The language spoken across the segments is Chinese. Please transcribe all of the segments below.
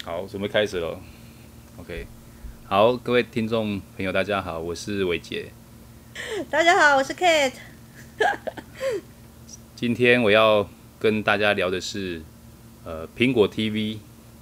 好，准备开始了。OK， 好，各位听众朋友，大家好，我是伟杰。 大家好，我是 Kate。 今天我要跟大家聊的是，苹果 TV。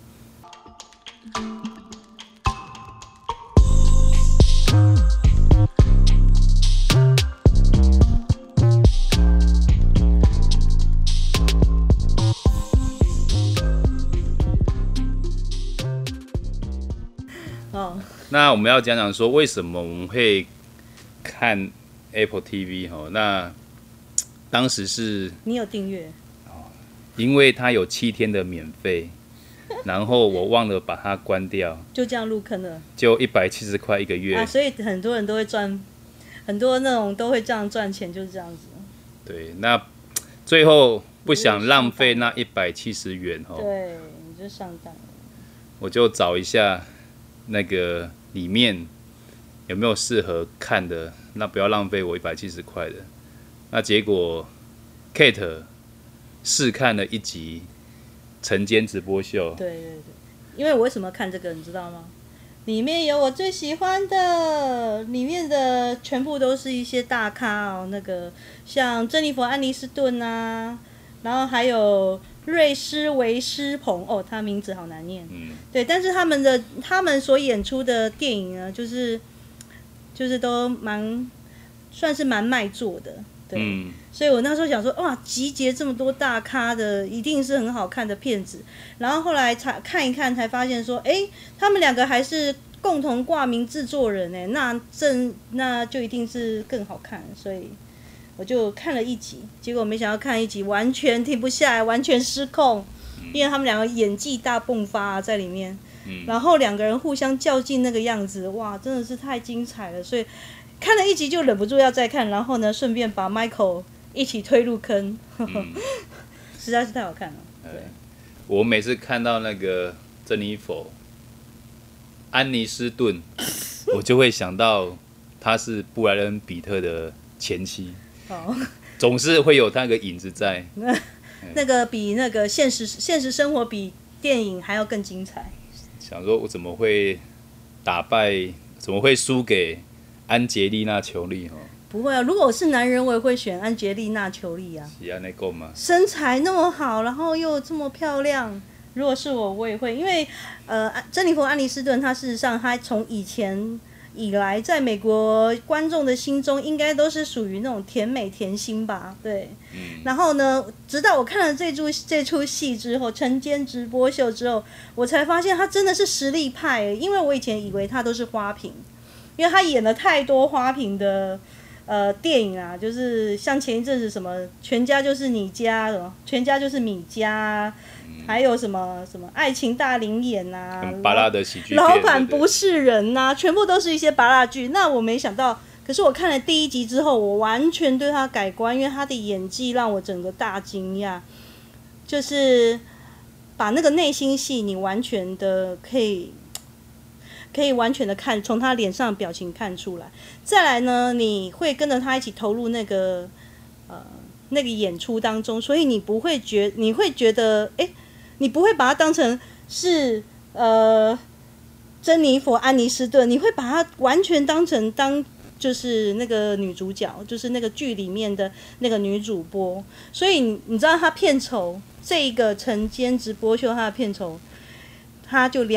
那我们要讲讲说，为什么我们会看 Apple TV 哈？那当时是你有订阅？ 因为它有7天的免费，然后我忘了把它关掉， 就这样入坑了， 就170块一个月啊！所以很多人都会赚，很多那种都会这样赚钱，就是这样子。 对，那最后不想浪费那170元哈， 对，你就上当了。 我就找一下那个里面有没有适合看的，那不要浪费我170块的。那结果 Kate 试看了一集晨间直播秀。 对对对，因为我为什么看这个，你知道吗？里面有我最喜欢的，里面的全部都是一些大咖哦，那个像珍妮佛·安妮斯顿啊，然后还有瑞斯·维斯彭哦，他名字好难念。对，但是他们所演出的电影呢，就是都算是蛮卖座的。对，所以我那时候想说，哇，集结这么多大咖的，一定是很好看的片子。然后后来看一看，才发现说，他们两个还是共同挂名制作人哎，那就一定是更好看。所以我就看了一集，结果没想到看一集完全停不下来，完全失控，因为他们两个演技大迸发在里面，然后两个人互相较劲那个样子，哇，真的是太精彩了，所以看了一集就忍不住要再看，然后呢，顺便把 Michael 一起推入坑，实在是太好看了。对， 我每次看到那个珍妮佛·安妮斯顿，我就会想到她是布莱恩·比特的前妻，总是会有那个影子在。 那个比那个现实生活比电影还要更精彩。 想说我怎么会怎么会输给安杰丽娜·裘丽？ 不会啊，如果我是男人，我也会选安杰丽娜·裘丽啊。 是安内够吗？ 身材那么好，然后又这么漂亮，如果是我，我也会。因为珍妮佛·安妮斯顿，她事实上她从以前以来，在美国观众的心中，应该都是属于那种甜美甜心吧，对。然后呢，直到我看了这出戏之后，晨间直播秀之后，我才发现她真的是实力派。因为我以前以为她都是花瓶，因为她演了太多花瓶的电影啊，就是像前一阵子什么全家就是你家，什么全家就是米家，还有什么爱情大灵眼啊， 很芭乐的喜剧片， 老板不是人呐，全部都是一些芭乐剧。那我没想到，可是我看了第一集之后，我完全对他改观，因为他的演技让我整个大惊讶，就是把那个内心戏你完全的可以完全的看，从他脸上的表情看出来。再来呢，你会跟着他一起投入那个演出当中，所以你会觉得，你不会把他当成是珍妮佛·安妮斯顿，你会把他完全当就是那个女主角，就是那个剧里面的那个女主播。所以你知道他片酬，这个晨间直播秀他的片酬，他就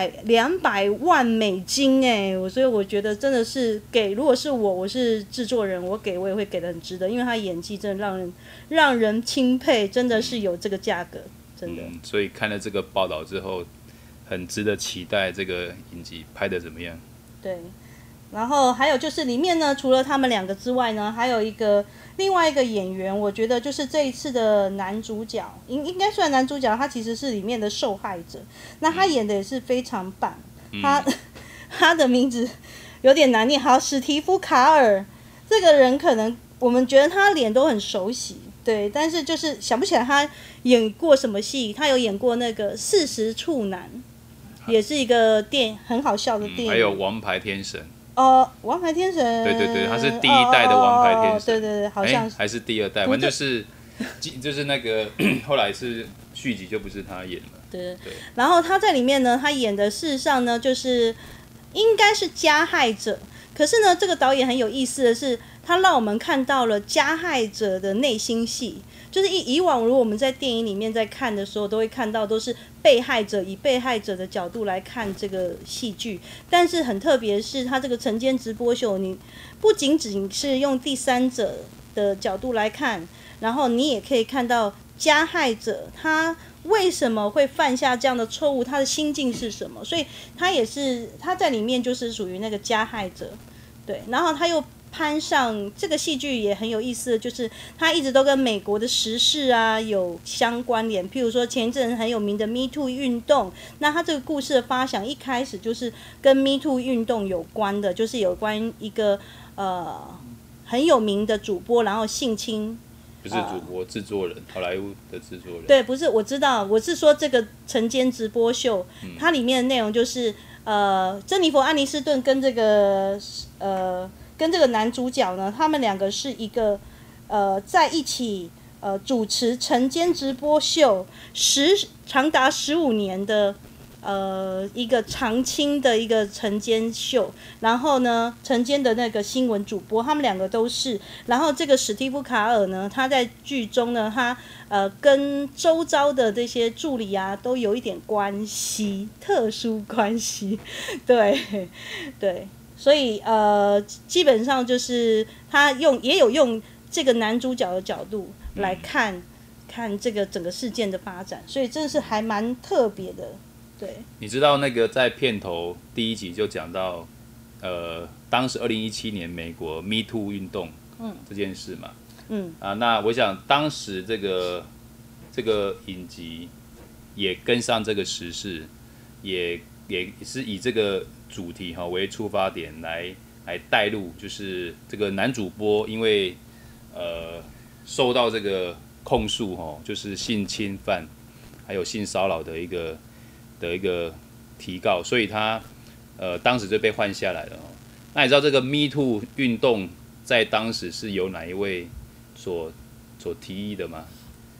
200万美金所以我觉得真的是如果是我是制作人，我也会给的很值得，因为他演技真的让人钦佩，真的是有这个价格，真的。 所以看了这个报道之后，很值得期待这个影集拍的怎么样。 对，然后还有就是里面呢，除了他们两个之外呢，还有另外一个演员，我觉得就是这一次的男主角，应该算男主角，他其实是里面的受害者。那他演的也是非常棒，他的名字有点难念，好，史蒂夫·卡尔这个人，可能我们觉得他脸都很熟悉，对，但是就是想不起来他演过什么戏。他有演过那个《40处男》，也是一个很好笑的电影。 还有《王牌天神》。 王牌天神， 对，他是第一代的王牌天神， 对，好像是， 还是第二代，反正就是那个后来是续集就不是他演了。 对。 对， 然后他在里面呢，他演的事实上呢，就是应该是加害者。可是呢，这个导演很有意思的是，他让我们看到了加害者的内心戏。就是以往，如果我们在电影里面在看的时候，都会看到都是被害者以被害者的角度来看这个戏剧。但是很特别是，他这个晨间直播秀，你不仅仅是用第三者的角度来看，然后你也可以看到加害者他为什么会犯下这样的错误，他的心境是什么。所以他在里面就是属于那个加害者，对。然后他又攀上这个戏剧也很有意思的就是它一直都跟美国的时事啊有相关联，譬如说前一阵很有名的 Me Too 运动，那它这个故事的发想一开始就是跟 Me Too 运动有关的，就是有关一个很有名的主播然后性侵， 不是主播，制作人，好莱坞的制作人。 对，不是，我知道，我是说这个晨间直播秀，它里面的内容就是珍妮佛·安妮斯顿跟这个男主角呢，他们两个是一个在一起主持晨间直播秀长达15年的一个长青的一个晨间秀，然后呢晨间的那个新闻主播，他们两个都是，然后这个史蒂夫·卡尔呢，他在剧中呢，他跟周遭的这些助理啊都有一点关系，特殊关系，对对。所以基本上就是他也有用这个男主角的角度来看这个整个事件的发展，所以真的是还蛮特别的。对， 你知道那个在片头第1集就讲到，当时2017年美国 Me Too 运动这件事嘛，那我想当时这个影集也跟上这个时事，也是以这个主题为出发点来带入，就是这个男主播因为受到这个控诉就是性侵犯还有性骚扰的一个提告，所以他当时就被换下来了。那你知道这个 Me Too 运动在当时是由哪一位所提议的吗？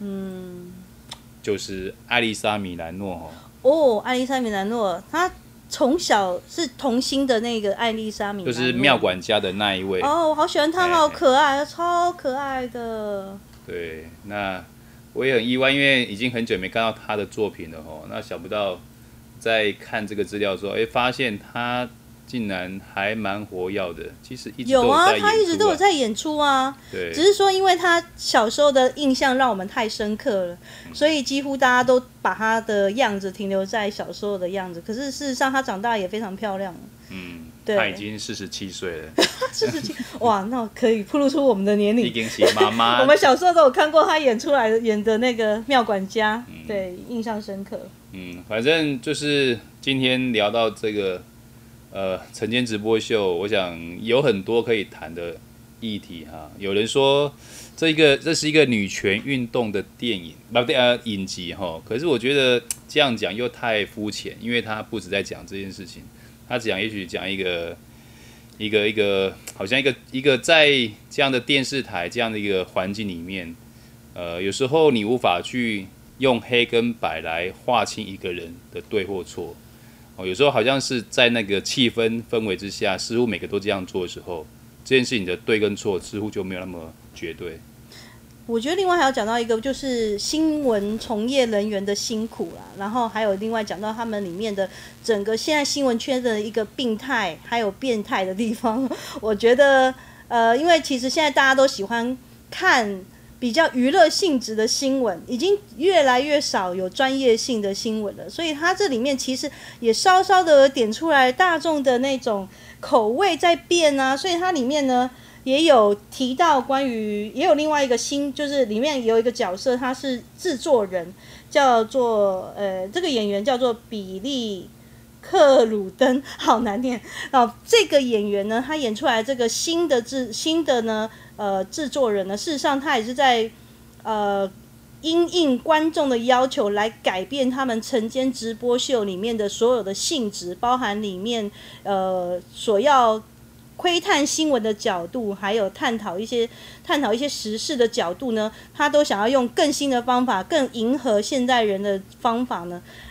就是艾丽莎米兰诺艾丽莎米兰诺，她从小是童星的那个艾丽莎米兰诺， 就是妙管家的那一位。 我好喜欢她，好可爱，超可爱的。 对，那我也很意外，因为已经很久没看到她的作品了那想不到在看这个资料的时候，发现她竟然还蛮活跃的。其实一直都有在演出他一直都有在演出啊。 对， 只是说因为他小时候的印象让我们太深刻了，所以几乎大家都把他的样子停留在小时候的样子。可是事实上，他长大也非常漂亮。 对，他已经47岁了。 47，哇，那可以暴露出我们的年龄。 已经是妈妈。 我们小时候都有看过他演的那个妙管家，对，印象深刻。 反正就是今天聊到这个晨间直播秀，我想有很多可以谈的议题哈。有人说这是一个女权运动的电影，影集哈。可是我觉得这样讲又太肤浅，因为他不止在讲这件事情，他也许讲一个好像一个在这样的电视台这样的一个环境里面，有时候你无法去用黑跟白来划清一个人的对或错。有时候好像是在那个气氛围之下，似乎每个都这样做的时候，这件事情的对跟错似乎就没有那么绝对。 我觉得另外还要讲到一个，就是新闻从业人员的辛苦啦，然后还有另外讲到他们里面的整个现在新闻圈的一个病态还有变态的地方。我觉得因为其实现在大家都喜欢看比较娱乐性质的新闻，已经越来越少有专业性的新闻了，所以它这里面其实也稍稍的点出来大众的那种口味在变啊，所以它里面呢也有提到也有另外一个就是里面有一个角色，他是制作人，叫做这个演员叫做比利克鲁登，好难念。这个演员呢，他演出来这个新的呢制作人呢，事实上他也是在因应观众的要求来改变他们晨间直播秀里面的所有的性质，包含里面所要窥探新闻的角度，还有探讨一些时事的角度呢，他都想要用更新的方法，更迎合现代人的方法呢，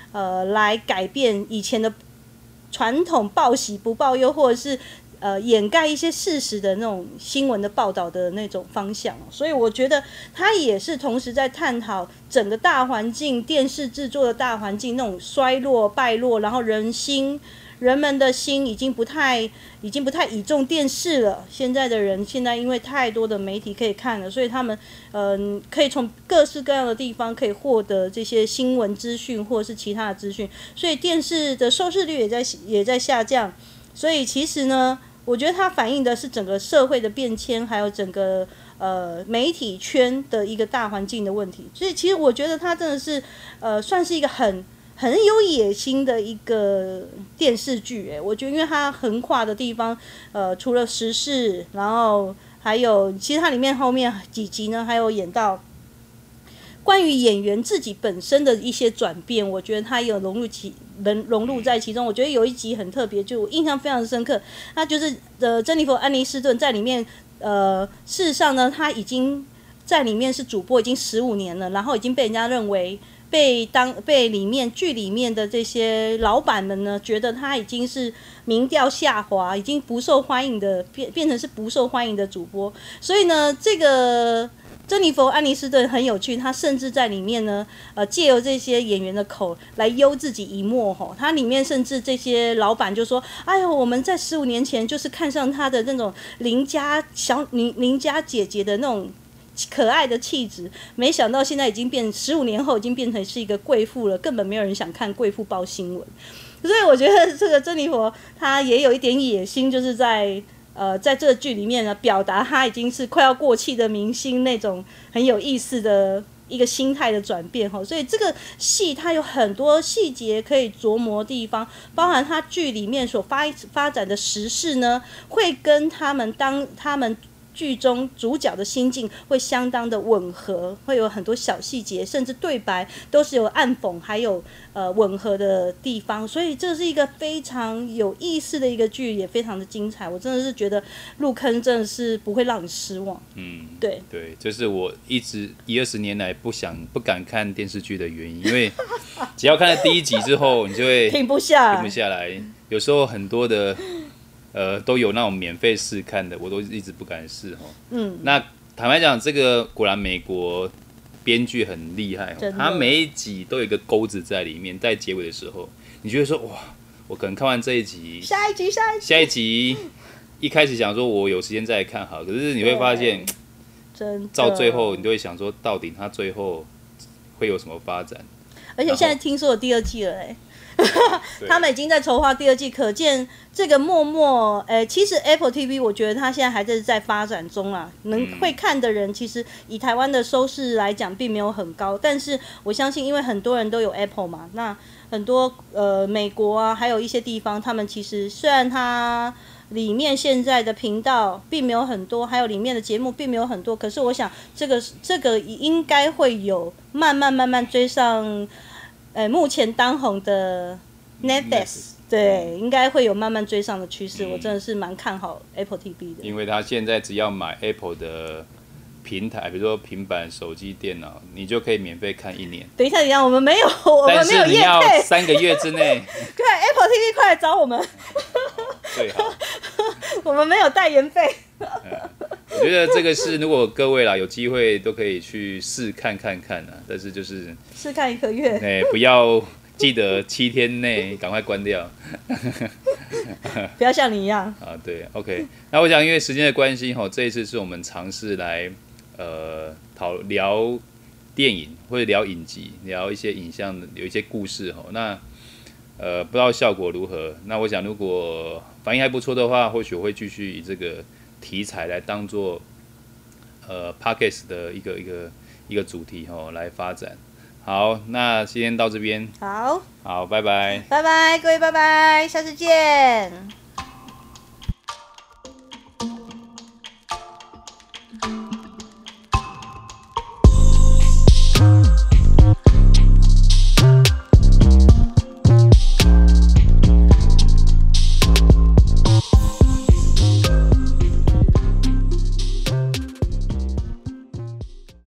来改变以前的传统报喜不报忧，或者是掩盖一些事实的那种新闻的报道的那种方向，所以我觉得它也是同时在探讨整个大环境，电视制作的大环境那种衰落败落，然后人们的心已经不太倚重电视了。现在的人现在因为太多的媒体可以看了，所以他们可以从各式各样的地方可以获得这些新闻资讯或者是其他的资讯，所以电视的收视率也在下降。所以其实呢，我觉得它反映的是整个社会的变迁，还有整个媒体圈的一个大环境的问题。所以其实我觉得它真的是算是一个很有野心的一个电视剧。我觉得因为它横跨的地方，除了时事，然后还有其实它里面后面几集呢，还有演到关于演员自己本身的一些转变，我觉得他有融入在其中。我觉得有一集很特别，就我印象非常深刻。他就是珍妮佛·安妮斯顿在里面，事实上呢，他已经在里面是主播已经15年了，然后已经被人家认为被剧里面的这些老板们呢，觉得他已经是民调下滑，已经不受欢迎的变成是不受欢迎的主播。所以呢，这个珍妮佛·安妮斯顿很有趣，她甚至在里面呢，借由这些演员的口来悠自己一默吼。她里面甚至这些老板就说：“哎呦，我们在15年前就是看上她的那种邻家姐姐的那种可爱的气质，没想到现在已经15年后已经变成是一个贵妇了，根本没有人想看贵妇报新闻。”所以我觉得这个珍妮佛她也有一点野心，就是在这个剧里面呢，表达他已经是快要过气的明星那种很有意思的一个心态的转变哈。所以这个戏它有很多细节可以琢磨的地方，包含它剧里面所发展的时事呢，会跟他们剧中主角的心境会相当的吻合，会有很多小细节，甚至对白都是有暗讽还有吻合的地方，所以这是一个非常有意思的一个剧，也非常的精彩。我真的是觉得入坑真的是不会让你失望。对， 就是我一直20年来不敢看电视剧的原因，因为只要看了第一集之后，你就会停不下来。有时候很多的都有那种免费试看的，我都一直不敢试那坦白讲，这个果然美国编剧很厉害，他每一集都有一个钩子在里面，在结尾的时候，你觉得说哇，我可能看完这一集，下一集，一开始想说我有时间再来看好，可是你会发现，到最后你就会想说，到底他最后会有什么发展？ 而且现在听说有第2季了他们已经在筹划第2季，可见这个其实 Apple TV 我觉得它现在还在发展中啦，会看的人其实以台湾的收视来讲并没有很高，但是我相信因为很多人都有 Apple 嘛，那很多美国啊还有一些地方，他们其实虽然它里面现在的频道并没有很多，还有里面的节目并没有很多，可是我想这个应该会有慢慢追上目前当红的 Netflix， 对，应该会有慢慢追上的趋势。我真的是蛮看好 Apple TV 的， 因为他现在只要买 Apple 的平台，比如说平板、手机、电脑，你就可以免费看1年。 等一下，我们没有业配， 但是你要3个月之内。 对 ，Apple TV 快来找我们。 最好。 我们没有代言费。 我觉得这个是，如果各位啦有机会都可以去试看但是就是试看1个月， 不要记得7天内赶快关掉， 不要像你一样啊。对 ，OK。那我想因为时间的关系这一次是我们尝试来聊电影或者聊影集，聊一些影像，有一些故事那不知道效果如何。那我想如果反应还不错的话，或许我会继续以这个题材来当做Podcast 的一个主题来发展。好，那今天到这边。 好， 拜拜。 拜拜，各位拜拜，下次见。